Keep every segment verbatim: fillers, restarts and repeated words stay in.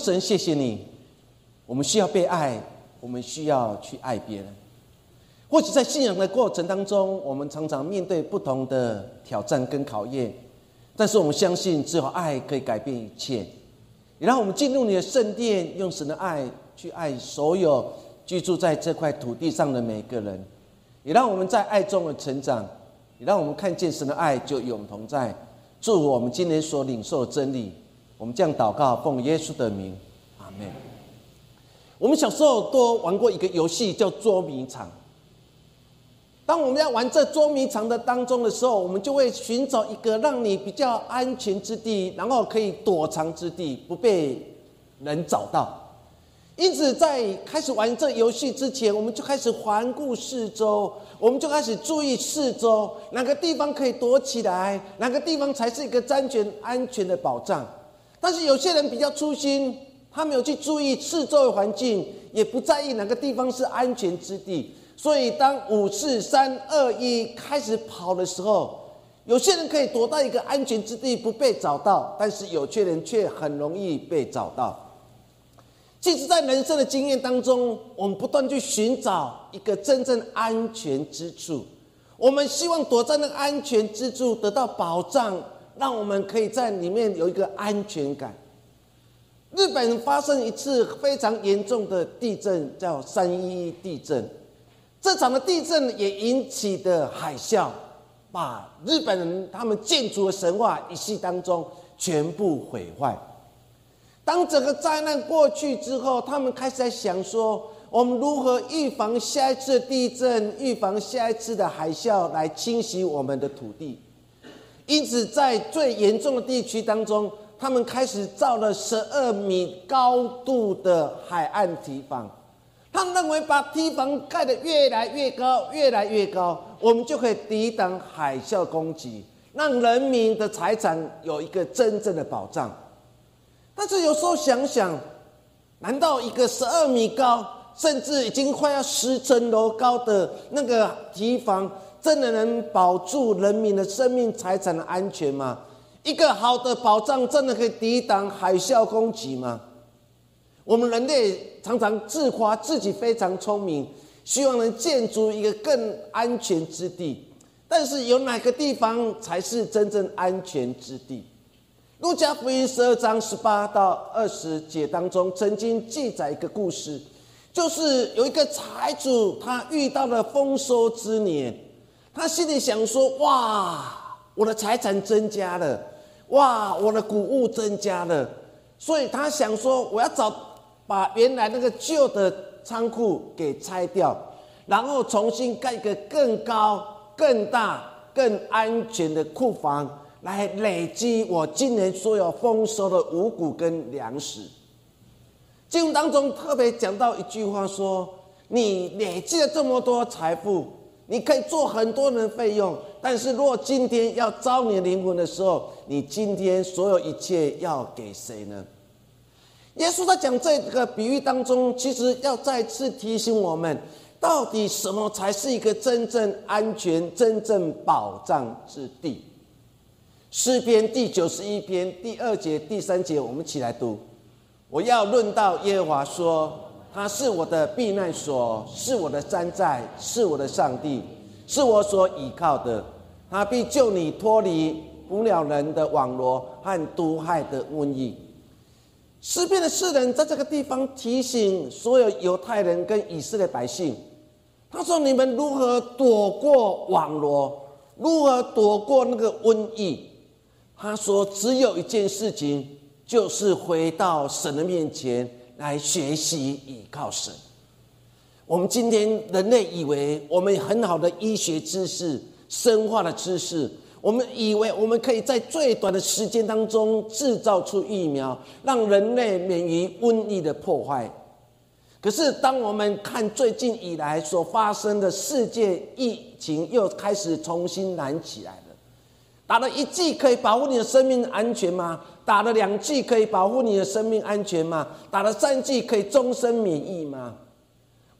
神，谢谢你，我们需要被爱，我们需要去爱别人。或许在信仰的过程当中，我们常常面对不同的挑战跟考验，但是我们相信只有爱可以改变一切。也让我们进入你的圣殿，用神的爱去爱所有居住在这块土地上的每个人，也让我们在爱中的成长，也让我们看见神的爱就永同在。祝福我们今天所领受的真理，我们这样祷告，奉耶稣的名，阿们。我们小时候都玩过一个游戏叫捉迷藏。当我们要玩这捉迷藏的当中的时候，我们就会寻找一个让你比较安全之地，然后可以躲藏之地，不被人找到。因此在开始玩这游戏之前，我们就开始环顾四周，我们就开始注意四周，哪个地方可以躲起来，哪个地方才是一个安全安全的保障。但是有些人比较粗心，他没有去注意四周的环境，也不在意哪个地方是安全之地。所以当五四三二一开始跑的时候，有些人可以躲到一个安全之地不被找到，但是有些人却很容易被找到。其实在人生的经验当中，我们不断去寻找一个真正安全之处，我们希望躲在那个安全之处得到保障，让我们可以在里面有一个安全感。日本发生一次非常严重的地震，叫三一一地震。这场的地震也引起的海啸，把日本人他们建筑的神话一夕当中全部毁坏。当整个灾难过去之后，他们开始在想说，我们如何预防下一次的地震，预防下一次的海啸来侵袭我们的土地。因此在最严重的地区当中，他们开始造了十二米高度的海岸堤防。他们认为把堤防盖得越来越高，越来越高，我们就可以抵挡海啸攻击，让人民的财产有一个真正的保障。但是有时候想想，难道一个十二米高，甚至已经快要十层楼高的那个堤防，真的能保住人民的生命财产的安全吗？一个好的保障真的可以抵挡海啸攻击吗？我们人类常常自夸自己非常聪明，希望能建筑一个更安全之地，但是有哪个地方才是真正安全之地？路加福音十二章十八到二十节当中曾经记载一个故事，就是有一个财主，他遇到了丰收之年，他心里想说，哇，我的财产增加了，哇，我的谷物增加了，所以他想说，我要找把原来那个旧的仓库给拆掉，然后重新盖一个更高、更大、更安全的库房，来累积我今年所有丰收的五谷跟粮食。经文当中特别讲到一句话说，你累积了这么多财富，你可以做很多人的费用，但是如果今天要招你的灵魂的时候，你今天所有一切要给谁呢？耶稣在讲这个比喻当中，其实要再次提醒我们，到底什么才是一个真正安全、真正保障之地。诗篇第九十一篇第二节、第三节，我们一起来读。我要论到耶和华说，他是我的避难所，是我的山寨，是我的上帝，是我所倚靠的。他必救你脱离捕鸟人的网罗和毒害的瘟疫。诗篇的诗人在这个地方提醒所有犹太人跟以色列百姓，他说，你们如何躲过网罗，如何躲过那个瘟疫。他说只有一件事情，就是回到神的面前来学习倚靠神。我们今天人类以为我们很好的医学知识、生化的知识，我们以为我们可以在最短的时间当中制造出疫苗，让人类免于瘟疫的破坏。可是当我们看最近以来所发生的世界疫情又开始重新燃起来了，打了一剂可以保护你的生命安全吗？打了两剂可以保护你的生命安全吗？打了三剂可以终身免疫吗？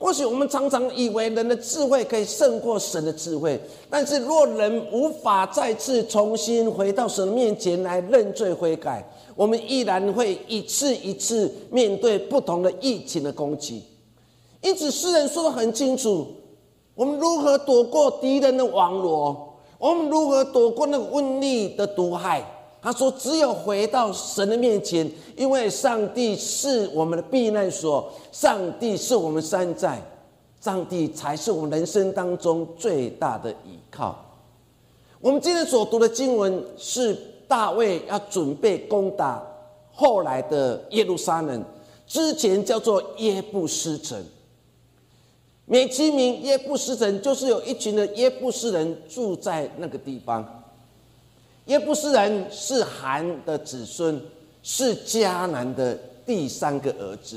或许我们常常以为人的智慧可以胜过神的智慧，但是若人无法再次重新回到神的面前来认罪悔改，我们依然会一次一次面对不同的疫情的攻击。因此诗人说得很清楚，我们如何躲过敌人的网罗，我们如何躲过那个瘟疫的毒害。他说只有回到神的面前，因为上帝是我们的避难所，上帝是我们山寨，上帝才是我们人生当中最大的依靠。我们今天所读的经文是大卫要准备攻打后来的耶路撒冷，之前叫做耶布斯城，美其名耶布斯城就是有一群的耶布斯人住在那个地方。耶布斯人是含的子孙，是迦南的第三个儿子。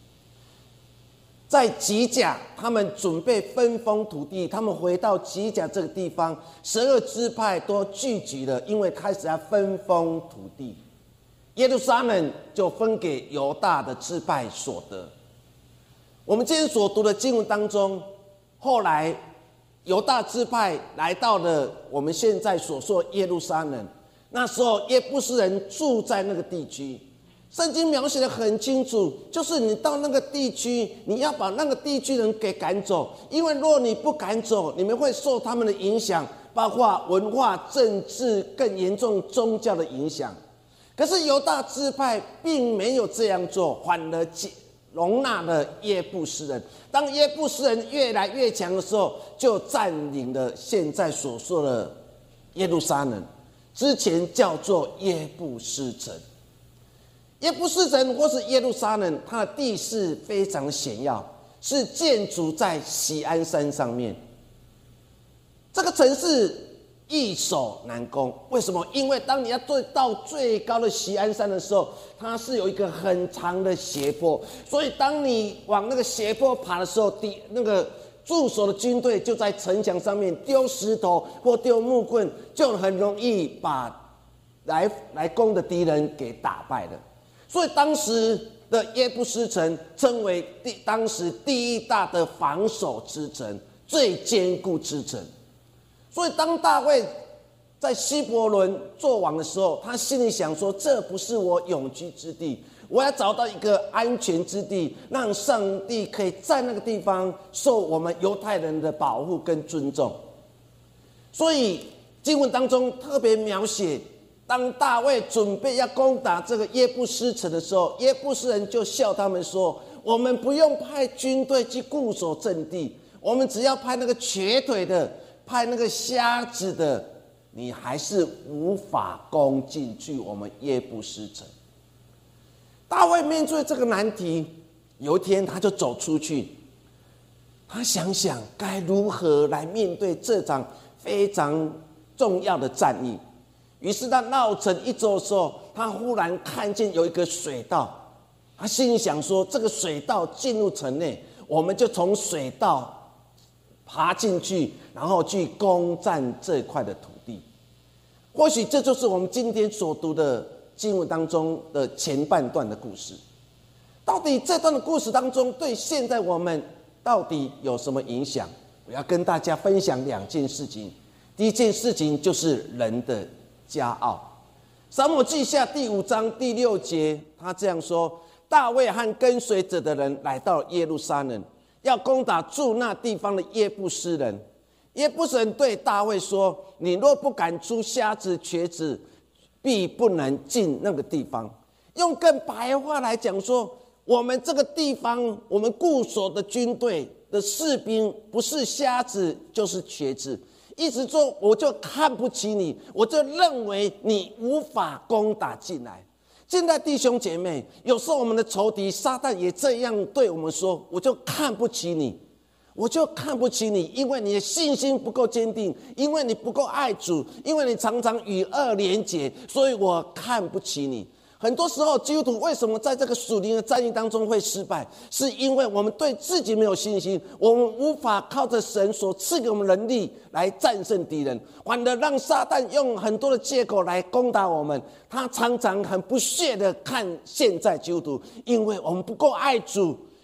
在吉甲，他们准备分封土地，他们回到吉甲这个地方，十二支派都聚集了，因为开始要分封土地。耶路撒冷就分给犹大的支派所得。我们今天所读的经文当中，后来犹大支派来到了我们现在所说耶路撒冷，那时候耶布斯人住在那个地区。圣经描写得很清楚，就是你到那个地区，你要把那个地区人给赶走，因为若你不赶走，你们会受他们的影响，包括文化、政治，更严重宗教的影响。可是犹大支派并没有这样做，反而容纳了耶布斯人。当耶布斯人越来越强的时候，就占领了现在所说的耶路撒冷，之前叫做耶布斯城。耶布斯城或是耶路撒冷，它的地势非常险要，是建筑在锡安山上面。这个城市易守难攻，为什么？因为当你要到最高的锡安山的时候，它是有一个很长的斜坡，所以当你往那个斜坡爬的时候，敌那个驻守的军队就在城墙上面丢石头或丢木棍，就很容易把来来攻的敌人给打败了。所以当时的耶布斯城称为第当时第一大的防守之城，最坚固之城。所以当大卫在希伯伦做王的时候，他心里想说，这不是我永居之地，我要找到一个安全之地，让上帝可以在那个地方受我们犹太人的保护跟尊重。所以经文当中特别描写，当大卫准备要攻打这个耶布斯城的时候，耶布斯人就笑他们说，我们不用派军队去固守阵地，我们只要派那个瘸腿的，派那个瞎子的，你还是无法攻进去我们耶布斯城。大卫面对这个难题，有一天他就走出去，他想想该如何来面对这场非常重要的战役。于是他绕城一周的时候，他忽然看见有一个水道，他心里想说，这个水道进入城内，我们就从水道爬进去，然后去攻占这块的土地。或许这就是我们今天所读的经文当中的前半段的故事。到底这段的故事当中，对现在我们到底有什么影响？我要跟大家分享两件事情。第一件事情就是人的骄傲。撒母耳记下第五章第六节，他这样说：大卫和跟随者的人来到耶路撒冷，要攻打住那地方的耶布斯人。耶布斯人对大卫说：你若不赶出瞎子瘸子，必不能进那个地方。用更白话来讲说，我们这个地方，我们固守的军队的士兵，不是瞎子就是瘸子，一直说我就看不起你，我就认为你无法攻打进来。现在弟兄姐妹，有时候我们的仇敌撒旦也这样对我们说，我就看不起你，我就看不起你，因为你的信心不够坚定，因为你不够爱主，因为你常常与恶连结，所以我看不起你。很多时候基督徒为什么在这个属灵的战役当中会失败，是因为我们对自己没有信心，我们无法靠着神所赐给我们能力来战胜敌人，反而让撒旦用很多的借口来攻打我们。他常常很不屑的看现在基督徒，因为我们不够爱主，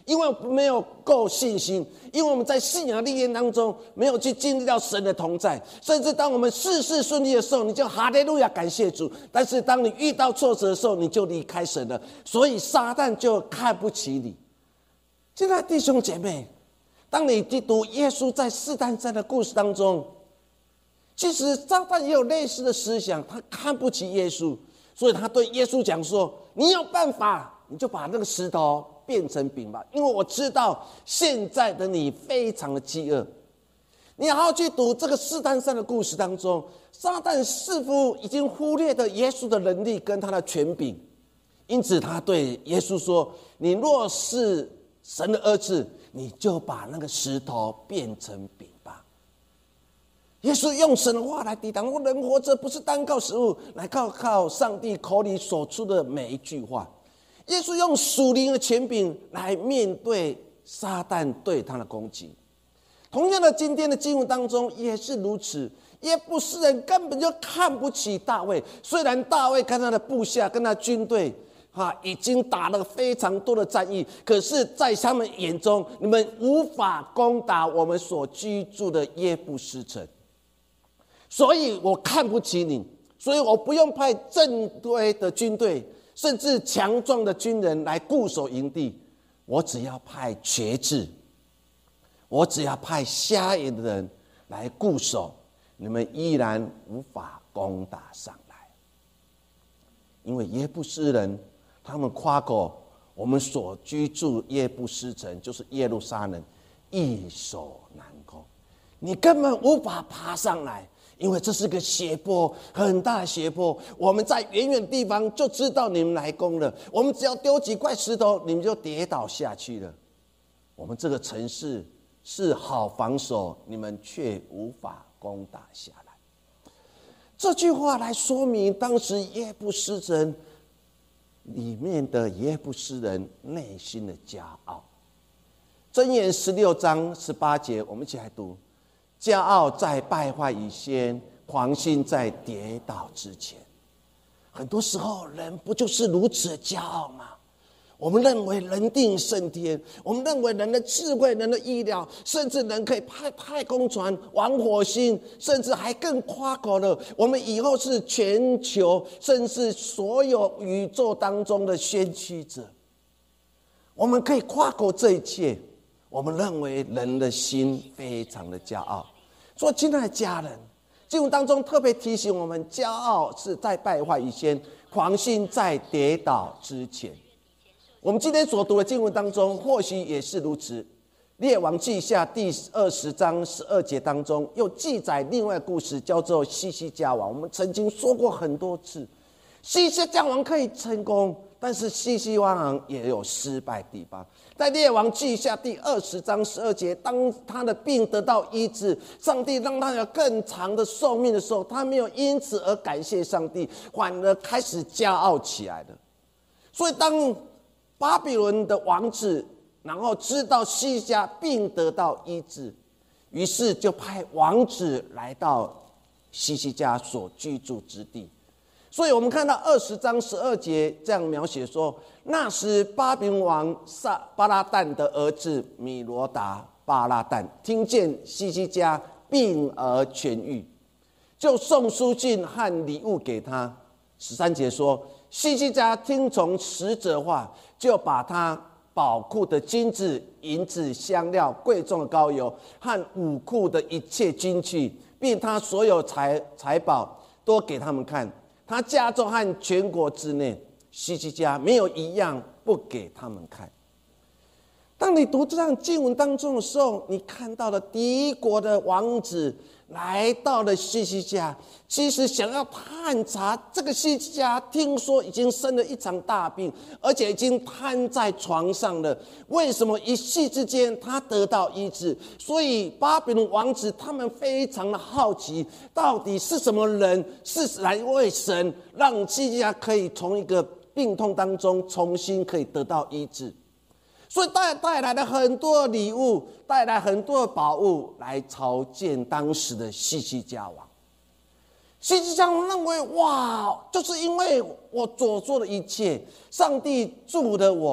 因为没有够信心，因为我们在信仰历练当中没有去经历到神的同在，甚至当我们事事顺利的时候，你就哈利路亚感谢主，但是当你遇到挫折的时候，你就离开神了，所以撒旦就看不起你。现在弟兄姐妹，当你去读耶稣在试探山的故事当中，其实撒旦也有类似的思想，他看不起耶稣，所以他对耶稣讲说，你有办法你就把那个石头变成饼吧，因为我知道现在的你非常的饥饿。你好好去读这个试探山的故事当中，撒旦似乎已经忽略了耶稣的能力跟他的权柄，因此他对耶稣说，你若是神的儿子，你就把那个石头变成饼吧。耶稣用神的话来抵挡，人活着不是单靠食物，乃靠靠上帝口里所出的每一句话。耶稣用属灵的权柄来面对撒旦对他的攻击。同样的，今天的经文当中也是如此。耶布斯人根本就看不起大卫，虽然大卫跟他的部下跟他军队啊，已经打了非常多的战役，可是在他们眼中，你们无法攻打我们所居住的耶布斯城，所以我看不起你，所以我不用派正规的军队甚至强壮的军人来固守营地，我只要派瘸子，我只要派瞎眼的人来固守，你们依然无法攻打上来。因为耶布斯人他们夸口，我们所居住耶布斯城就是耶路撒冷，易守难攻，你根本无法爬上来，因为这是个斜坡，很大的斜坡，我们在远远地方就知道你们来攻了，我们只要丢几块石头，你们就跌倒下去了。我们这个城市是好防守，你们却无法攻打下来。这句话来说明当时耶布斯人里面的耶布斯人内心的骄傲。箴言十六章十八节，我们一起来读：骄傲在败坏以先，狂心在跌倒之前。很多时候人不就是如此的骄傲吗？我们认为人定胜天，我们认为人的智慧、人的医疗，甚至人可以派太空船往火星，甚至还更夸口了，我们以后是全球甚至所有宇宙当中的先驱者。我们可以夸口这一切，我们认为人的心非常的骄傲。所以亲爱的家人，经文当中特别提醒我们，骄傲是在败坏以前，狂心在跌倒之前。我们今天所读的经文当中或许也是如此。列王记下第二十章十二节当中又记载另外一个故事，叫做西西家王。我们曾经说过很多次，西西家王可以成功，但是西西王也有失败地方。在列王记下第二十章十二节，当他的病得到医治，上帝让他有更长的寿命的时候，他没有因此而感谢上帝，反而开始骄傲起来了。所以当巴比伦的王子然后知道西西家病得到医治，于是就派王子来到西西家所居住之地。所以我们看到二十章十二节这样描写说，那时巴比伦王撒巴拉旦的儿子米罗达巴拉旦听见西西家病而痊愈，就送书信和礼物给他。十三节说，西西家听从使者话，就把他宝库的金子、银子、香料、贵重的膏油和武库的一切军器，并他所有财财宝都给他们看。他家中和全国之内，西西家没有一样不给他们看。当你读这样经文当中的时候，你看到了敌国的王子来到了西西家，其实想要探查这个西西家，听说已经生了一场大病，而且已经瘫在床上了。为什么一夕之间他得到医治？所以巴比伦王子他们非常的好奇，到底是什么人是来为神让西西家可以从一个病痛当中重新可以得到医治。所以带带来了很多礼物，带来很多宝物来朝见当时的西西家王。西西家王认为，哇，就是因为我所做的一切，上帝助了我，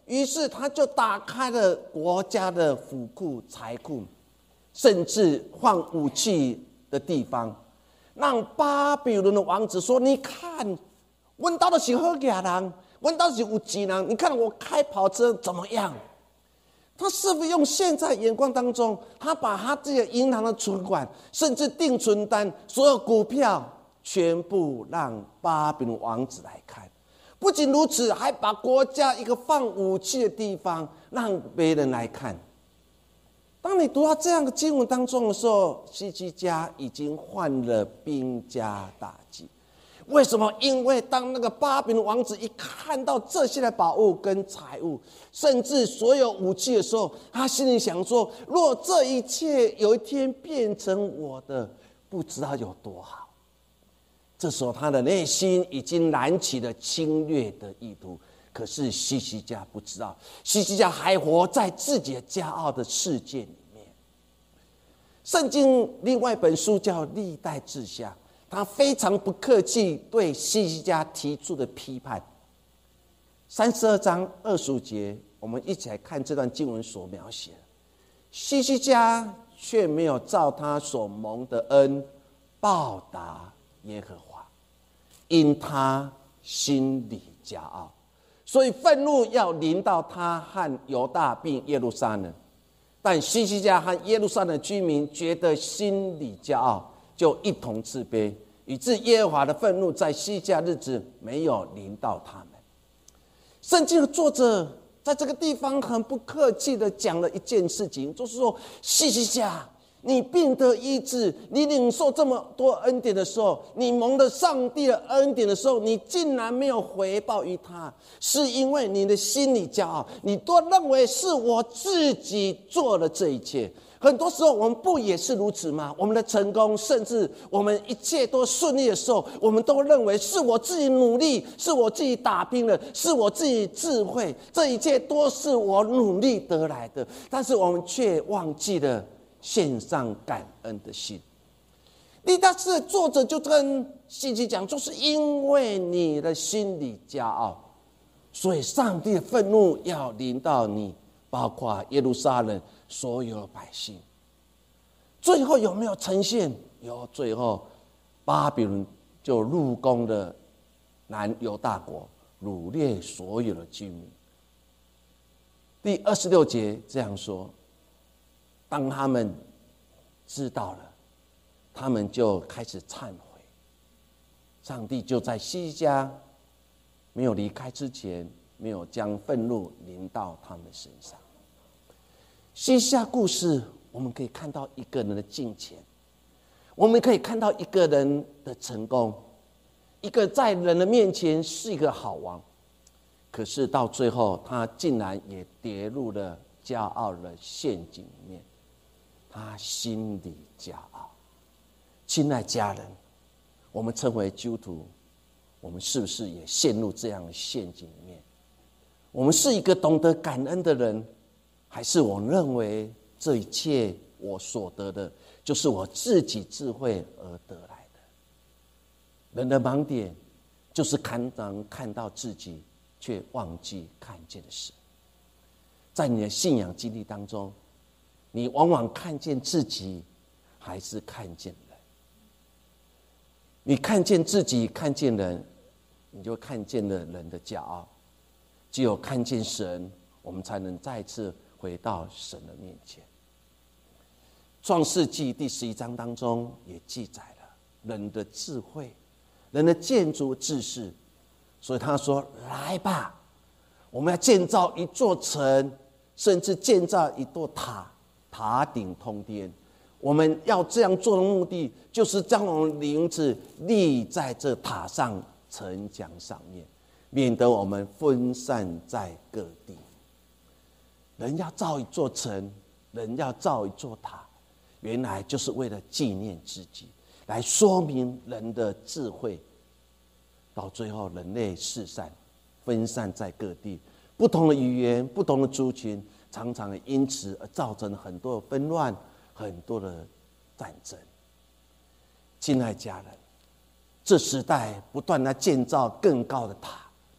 于是他就打开了国家的府库、财库，甚至放武器的地方，让巴比伦的王子说：“你看，我到的是好家人，我到的是有钱人，你看我开跑车怎么样？”他是否用现在眼光当中，他把他自己的银行的存款，甚至定存单、所有股票，全部让巴比伦王子来看？不仅如此，还把国家一个放武器的地方让别人来看。当你读到这样的经文当中的时候，希西家已经患了兵家大忌。为什么？因为当那个巴比伦王子一看到这些的宝物跟财物，甚至所有武器的时候，他心里想说：若这一切有一天变成我的，不知道有多好。这时候他的内心已经燃起了侵略的意图。可是希西家不知道，希西家还活在自己的骄傲的世界里面。圣经另外一本书叫《历代志下》，他非常不客气对希西家提出的批判。三十二章二十五节，我们一起来看这段经文所描写的。希西家却没有照他所蒙的恩报答耶和华，因他心里骄傲，所以愤怒要临到他和犹大并耶路撒冷。但希西家和耶路撒冷的居民觉得心里骄傲，就一同自卑，以致耶和华的愤怒在希西家日子没有临到他们。圣经的作者在这个地方很不客气的讲了一件事情，就是说，希西家，你病得医治，你领受这么多恩典的时候，你蒙了上帝的恩典的时候，你竟然没有回报于他，是因为你的心里骄傲，你都认为是我自己做了这一切。很多时候我们不也是如此吗？我们的成功，甚至我们一切都顺利的时候，我们都认为是我自己努力，是我自己打拼了，是我自己智慧，这一切都是我努力得来的。但是我们却忘记了献上感恩的心。历代志的作者就跟希西讲，就是因为你的心里骄傲，所以上帝的愤怒要临到你，包括耶路撒冷所有的百姓。最后有没有呈现？有，最后巴比伦就入攻了南犹大国，掳掠所有的居民。第二十六节这样说，当他们知道了，他们就开始忏悔。上帝就在希西家没有离开之前，没有将愤怒临到他们身上。希西家故事，我们可以看到一个人的敬虔，我们可以看到一个人的成功，一个在人的面前是一个好王，可是到最后他竟然也跌入了骄傲的陷阱里面，他心里骄傲。亲爱家人，我们称为基督徒，我们是不是也陷入这样的陷阱里面？我们是一个懂得感恩的人，还是我认为这一切我所得的就是我自己智慧而得来的？人的盲点就是常常看到自己，却忘记看见的事。在你的信仰经历当中，你往往看见自己，还是看见人？你看见自己，看见人，你就看见了人的骄傲。只有看见神，我们才能再次回到神的面前。创世纪第十一章当中也记载了人的智慧，人的建筑知识。所以他说：来吧，我们要建造一座城，甚至建造一座塔，塔顶通天。我们要这样做的目的，就是将我们名字立在这塔上、城墙上面，免得我们分散在各地。人要造一座城，人要造一座塔，原来就是为了纪念自己，来说明人的智慧。到最后，人类四散，分散在各地，不同的语言、不同的族群，常常因此而造成很多的纷乱，很多的战争。亲爱家人，这时代不断地建造更高的塔，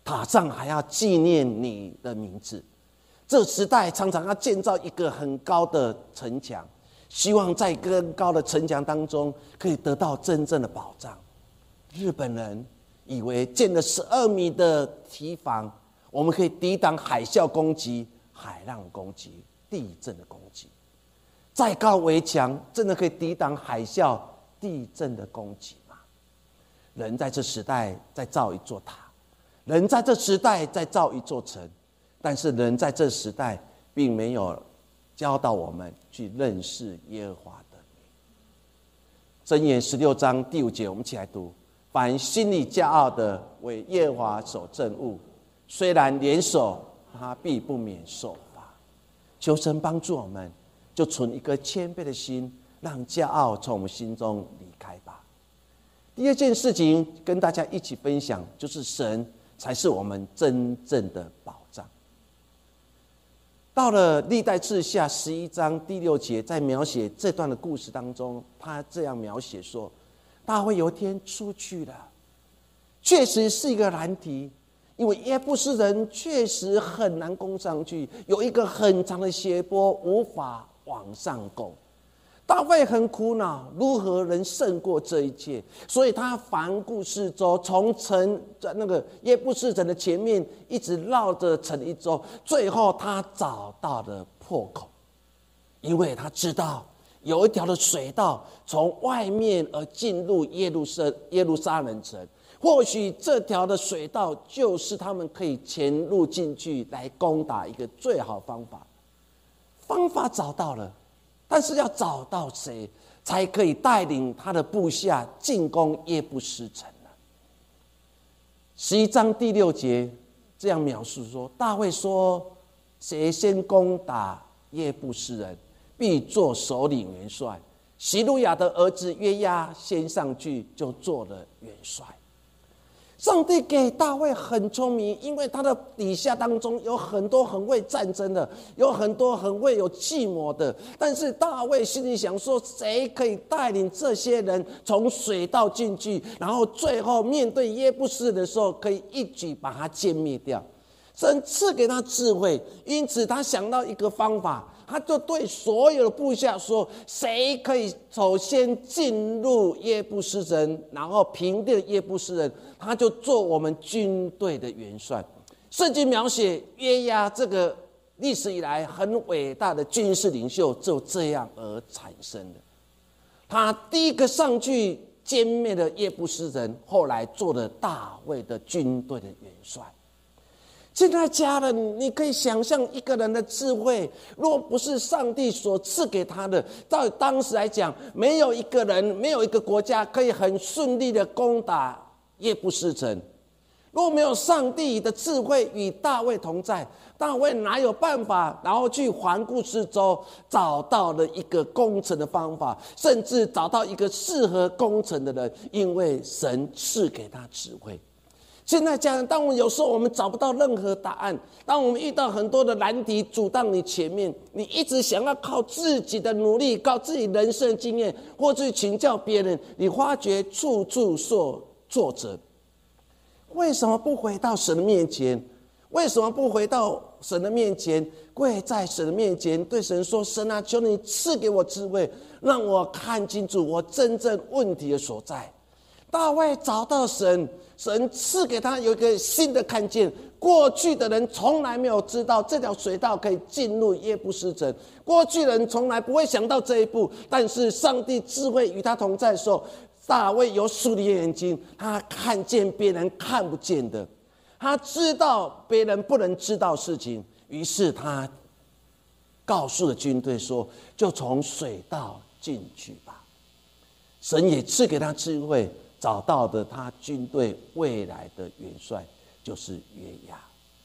塔上还要纪念你的名字。这时代常常要建造一个很高的城墙，希望在更高的城墙当中可以得到真正的保障。日本人以为建了十二米的堤防，我们可以抵挡海啸攻击、海浪攻击、地震的攻击。再高围墙真的可以抵挡海啸、地震的攻击吗？人在这时代在造一座塔，人在这时代在造一座城，但是人在这时代并没有教导我们去认识耶和华的名。箴言十六章第五节，我们一起来读：凡心里骄傲的，为耶和华所憎恶，虽然联手，他必不免受罚。求神帮助我们，就存一颗谦卑的心，让骄傲从我们心中离开吧。第二件事情跟大家一起分享，就是神才是我们真正的保障。到了历代志下十一章第六节，在描写这段的故事当中，他这样描写说，大卫有一天出去了，确实是一个难题，因为耶布斯人确实很难攻上去，有一个很长的斜坡，无法往上攻。大卫很苦恼，如何能胜过这一切？所以他环顾四周，从城在那个耶布斯人的前面一直绕着城一周，最后他找到了破口，因为他知道有一条的水道从外面而进入耶路撒耶路撒冷城，或许这条的水道就是他们可以潜入进去来攻打一个最好方法。方法找到了，但是要找到谁才可以带领他的部下进攻耶布斯城呢？十一章第六节这样描述说，大卫说，谁先攻打耶布斯人，必做首领元帅。希鲁雅的儿子约押先上去，就做了元帅。上帝给大卫很聪明，因为他的底下当中有很多很会战争的，有很多很会有计谋的。但是大卫心里想说，谁可以带领这些人从水道进去，然后最后面对耶布斯的时候，可以一举把他歼灭掉。神赐给他智慧，因此他想到一个方法，他就对所有的部下说，谁可以首先进入耶布斯人，然后平定耶布斯人，他就做我们军队的元帅。圣经描写约押这个历史以来很伟大的军事领袖，就这样而产生的。他第一个上去歼灭了耶布斯人，后来做了大卫的军队的元帅。现在家人，你可以想象一个人的智慧，若不是上帝所赐给他的，到当时来讲，没有一个人，没有一个国家可以很顺利的攻打耶布斯城。若没有上帝的智慧与大卫同在，大卫哪有办法然后去环顾四周，找到了一个攻城的方法，甚至找到一个适合攻城的人，因为神赐给他智慧。现在家人，当我们有时候我们找不到任何答案，当我们遇到很多的难题阻挡你前面，你一直想要靠自己的努力，靠自己人生的经验，或去请教别人，你发觉处处受挫折。为什么不回到神的面前？为什么不回到神的面前，跪在神的面前，对神说：神啊，求你赐给我智慧，让我看清楚我真正问题的所在。大卫找到神，神赐给他有一个新的看见。过去的人从来没有知道这条水道可以进入耶布斯城，过去的人从来不会想到这一步。但是上帝智慧与他同在的时候，大卫有属灵的眼睛，他看见别人看不见的，他知道别人不能知道事情，于是他告诉了军队说：就从水道进去吧。神也赐给他智慧，找到的他军队未来的元帅就是约押。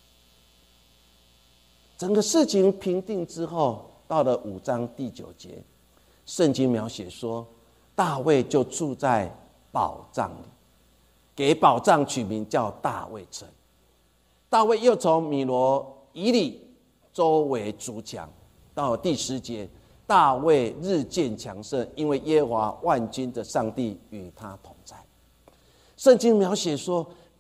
整个事情平定之后，到了五章第九节，圣经描写说，大卫就住在宝藏里，给宝藏取名叫大卫城。大卫又从米罗以里周围筑墙。到第十节，大卫日渐强盛，因为耶和华万军的上帝与他同在。圣经描写说，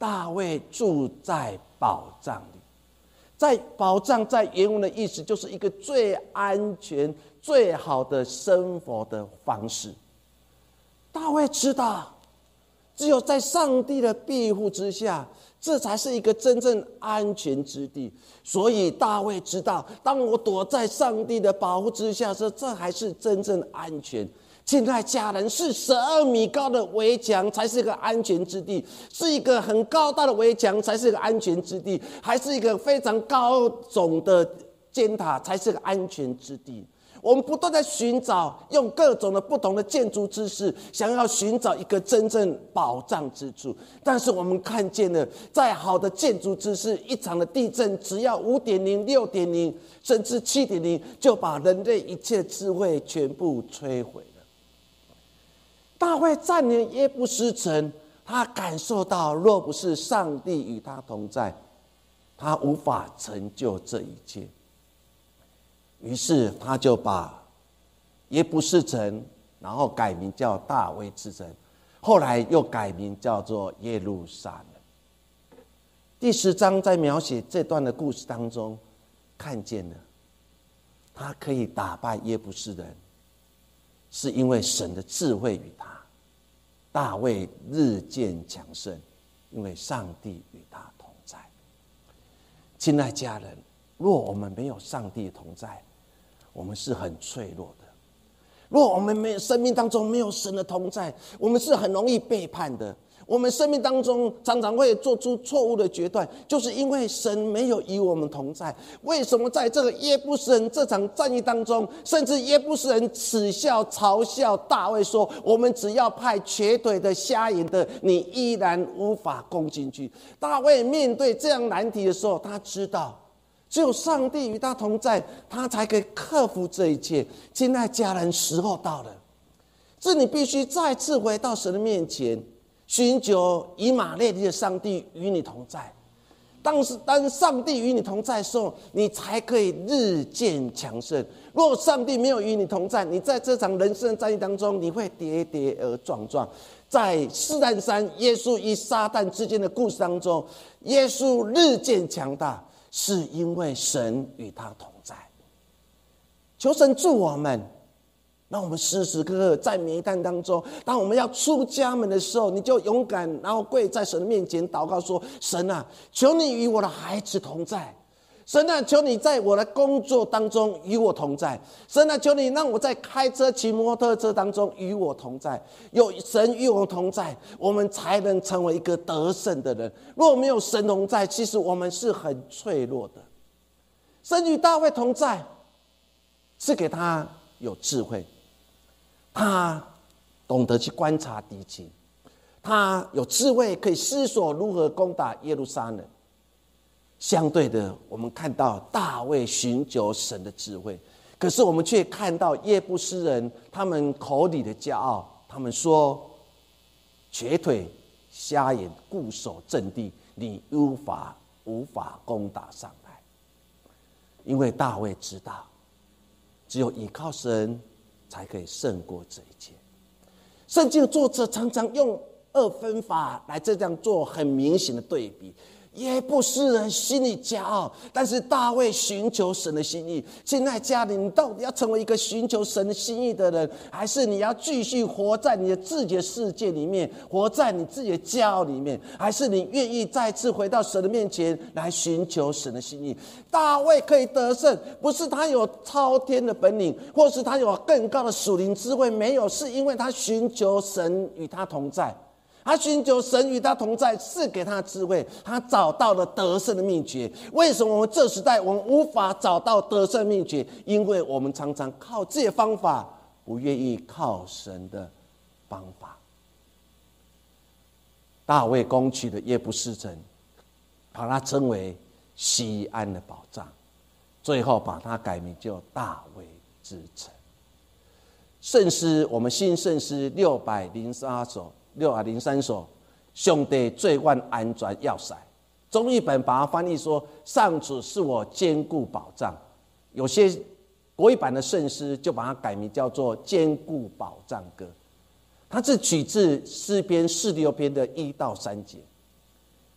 大卫住在宝藏里。在宝藏在原文的意思就是一个最安全最好的生活的方式。大卫知道只有在上帝的庇护之下，这才是一个真正安全之地。所以大卫知道，当我躲在上帝的保护之下时，这还是真正安全。亲爱家人，是十二米高的围墙才是一个安全之地，是一个很高大的围墙才是一个安全之地，还是一个非常高耸的尖塔才是一个安全之地？我们不断在寻找，用各种的不同的建筑知识，想要寻找一个真正保障之处。但是我们看见了，再好的建筑知识，一场的地震只要 五点零、六点零 甚至 七点零 就把人类一切智慧全部摧毁了。大卫占领耶布斯城，他感受到若不是上帝与他同在，他无法成就这一切。于是他就把耶布斯城然后改名叫大卫之城，后来又改名叫做耶路撒冷。第十章在描写这段的故事当中，看见了他可以打败耶布斯人，是因为神的智慧与他。大卫日渐强盛，因为上帝与他同在。亲爱家人，若我们没有上帝同在，我们是很脆弱的。若我们没有生命当中没有神的同在，我们是很容易背叛的。我们生命当中常常会做出错误的决断，就是因为神没有与我们同在。为什么在这个耶布斯人这场战役当中，甚至耶布斯人耻笑嘲笑大卫说，我们只要派瘸腿的瞎眼的，你依然无法攻进去。大卫面对这样难题的时候，他知道只有上帝与他同在，他才可以克服这一切。亲爱家人，时候到了，是你必须再次回到神的面前，寻求以马内利的上帝与你同在。当时当上帝与你同在的时候，你才可以日渐强盛。若上帝没有与你同在，你在这场人生的战役当中，你会跌跌而撞撞。在试探山耶稣与撒旦之间的故事当中，耶稣日渐强大，是因为神与他同在。求神助我们，让我们时时刻刻在每一段当中，当我们要出家门的时候，你就勇敢然后跪在神的面前祷告说，神啊，求你与我的孩子同在。神啊，求你在我的工作当中与我同在。神啊，求你让我在开车骑摩托车当中与我同在。有神与我同在，我们才能成为一个得胜的人。若没有神同在，其实我们是很脆弱的。神与大卫同在，是给他有智慧，他懂得去观察敌情，他有智慧可以思索如何攻打耶路撒冷。相对的，我们看到大卫寻求神的智慧，可是我们却看到耶布斯人他们口里的骄傲，他们说瘸腿瞎眼固守阵地，你无法无法攻打上来。因为大卫知道只有依靠神才可以胜过这一切。圣经的作者常常用二分法来这样做很明显的对比。耶布斯人心里骄傲，但是大卫寻求神的心意。亲爱家人，你到底要成为一个寻求神的心意的人，还是你要继续活在你的自己的世界里面，活在你自己的骄傲里面？还是你愿意再次回到神的面前来寻求神的心意？大卫可以得胜，不是他有超天的本领，或是他有更高的属灵智慧，没有，是因为他寻求神与他同在。他寻求神与他同在，赐给他智慧，他找到了得胜的秘诀。为什么我们这时代我们无法找到得胜秘诀？因为我们常常靠自己的方法，不愿意靠神的方法。大卫攻取了耶布斯城，把它称为西安的宝藏，最后把它改名叫大卫之城。圣诗，我们新圣诗六百零三首。六百零三首，上帝最万安全要塞。中译本把它翻译说：“上主是我坚固保障。”有些国语版的圣诗就把它改名叫做《坚固保障歌》。它是取自诗篇四六篇的一到三节。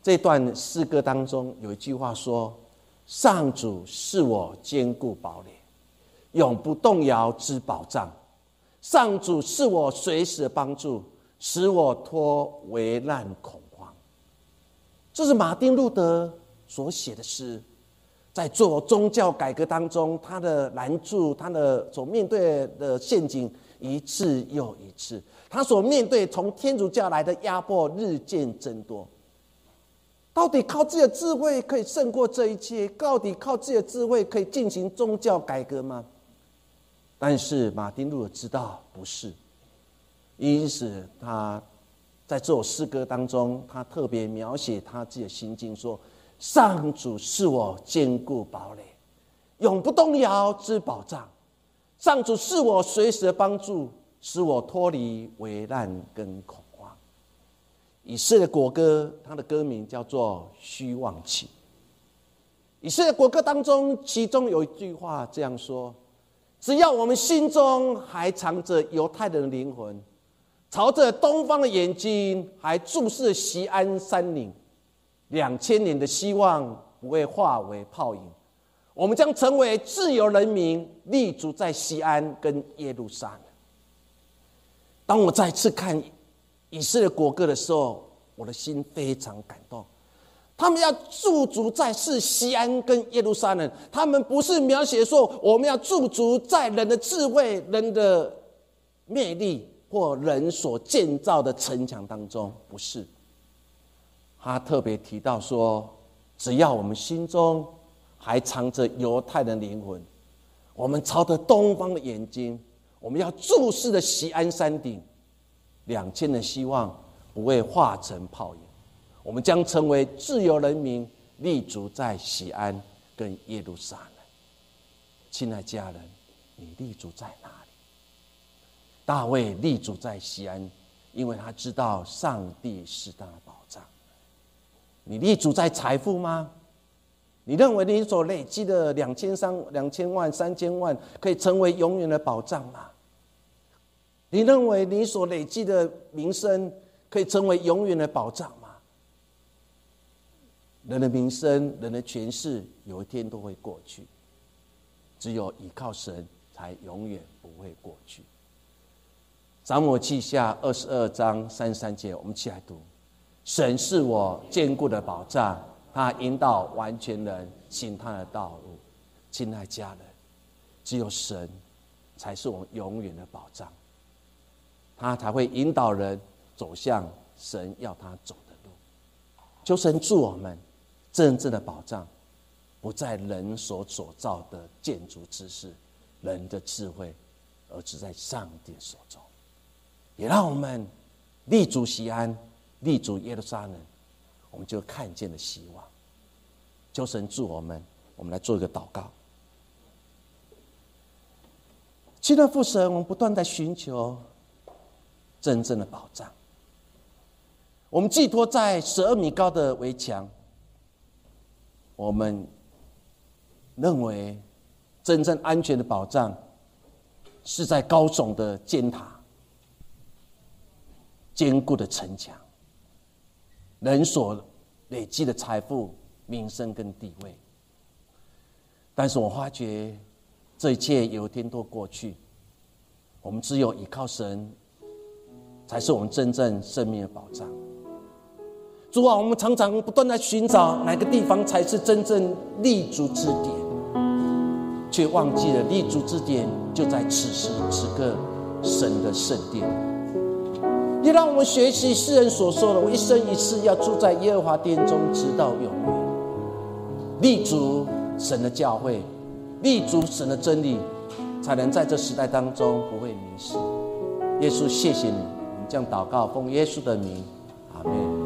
这段诗歌当中有一句话说：上主是我坚固堡垒，永不动摇之保障。上主是我随时的帮助，使我脱危难恐慌。这是马丁路德所写的诗，在做宗教改革当中，他的难处，他的所面对的陷阱一次又一次，他所面对从天主教来的压迫日渐增多。到底靠自己的智慧可以胜过这一切？到底靠自己的智慧可以进行宗教改革吗？但是马丁路德知道不是，因此他在这首诗歌当中，他特别描写他自己的心境，说：上主是我坚固堡垒，永不动摇之保障。上主是我随时的帮助，使我脱离危难跟恐慌。以色列国歌，它的歌名叫做《虚妄起》。以色列国歌当中，其中有一句话这样说：只要我们心中还藏着犹太人的灵魂，朝着东方的眼睛还注视锡安山岭，两千年的希望不会化为泡影。我们将成为自由人民，立足在锡安跟耶路撒冷。当我再次看以色列国歌的时候，我的心非常感动。他们要驻足在是锡安跟耶路撒冷，他们不是描写说我们要驻足在人的智慧、人的魅力或人所建造的城墙当中，不是。他特别提到说，只要我们心中还藏着犹太人灵魂，我们朝着东方的眼睛，我们要注视的锡安山顶，两千的希望不会化成泡影。我们将成为自由人民，立足在锡安跟耶路撒冷。亲爱家人，你立足在哪里？大卫立足在锡安，因为他知道上帝是他的保障。你立足在财富吗？你认为你所累积的两千三两千万、三千万可以成为永远的保障吗？你认为你所累积的名声可以成为永远的保障吗？人的名声、人的权势，有一天都会过去，只有依靠神，才永远不会过去。撒母耳记下二十二章三十三节，我们一起来读：神是我坚固的保障，他引导完全人行他的道路。亲爱家人，只有神才是我们永远的保障，他才会引导人走向神要他走的路。求神助我们，真正的保障不在人所所造的建筑知识、人的智慧，而是在上帝手中。也让我们立足锡安，立足耶路撒冷，我们就看见了希望。求神助我们，我们来做一个祷告。亲爱的父神，我们不断在寻求真正的保障，我们寄托在十二米高的围墙，我们认为真正安全的保障是在高耸的尖塔、坚固的城墙、人所累积的财富、名声跟地位。但是我发觉这一切有一天都过去，我们只有依靠神，才是我们真正生命的保障。主啊，我们常常不断在寻找哪个地方才是真正立足之点，却忘记了立足之点就在此时此刻神的圣殿。也让我们学习诗人所说的：我一生一世要住在耶和华殿中，直到永远。立足神的教会，立足神的真理，才能在这时代当中不会迷失。耶稣，谢谢你，我们这样祷告，奉耶稣的名，阿们。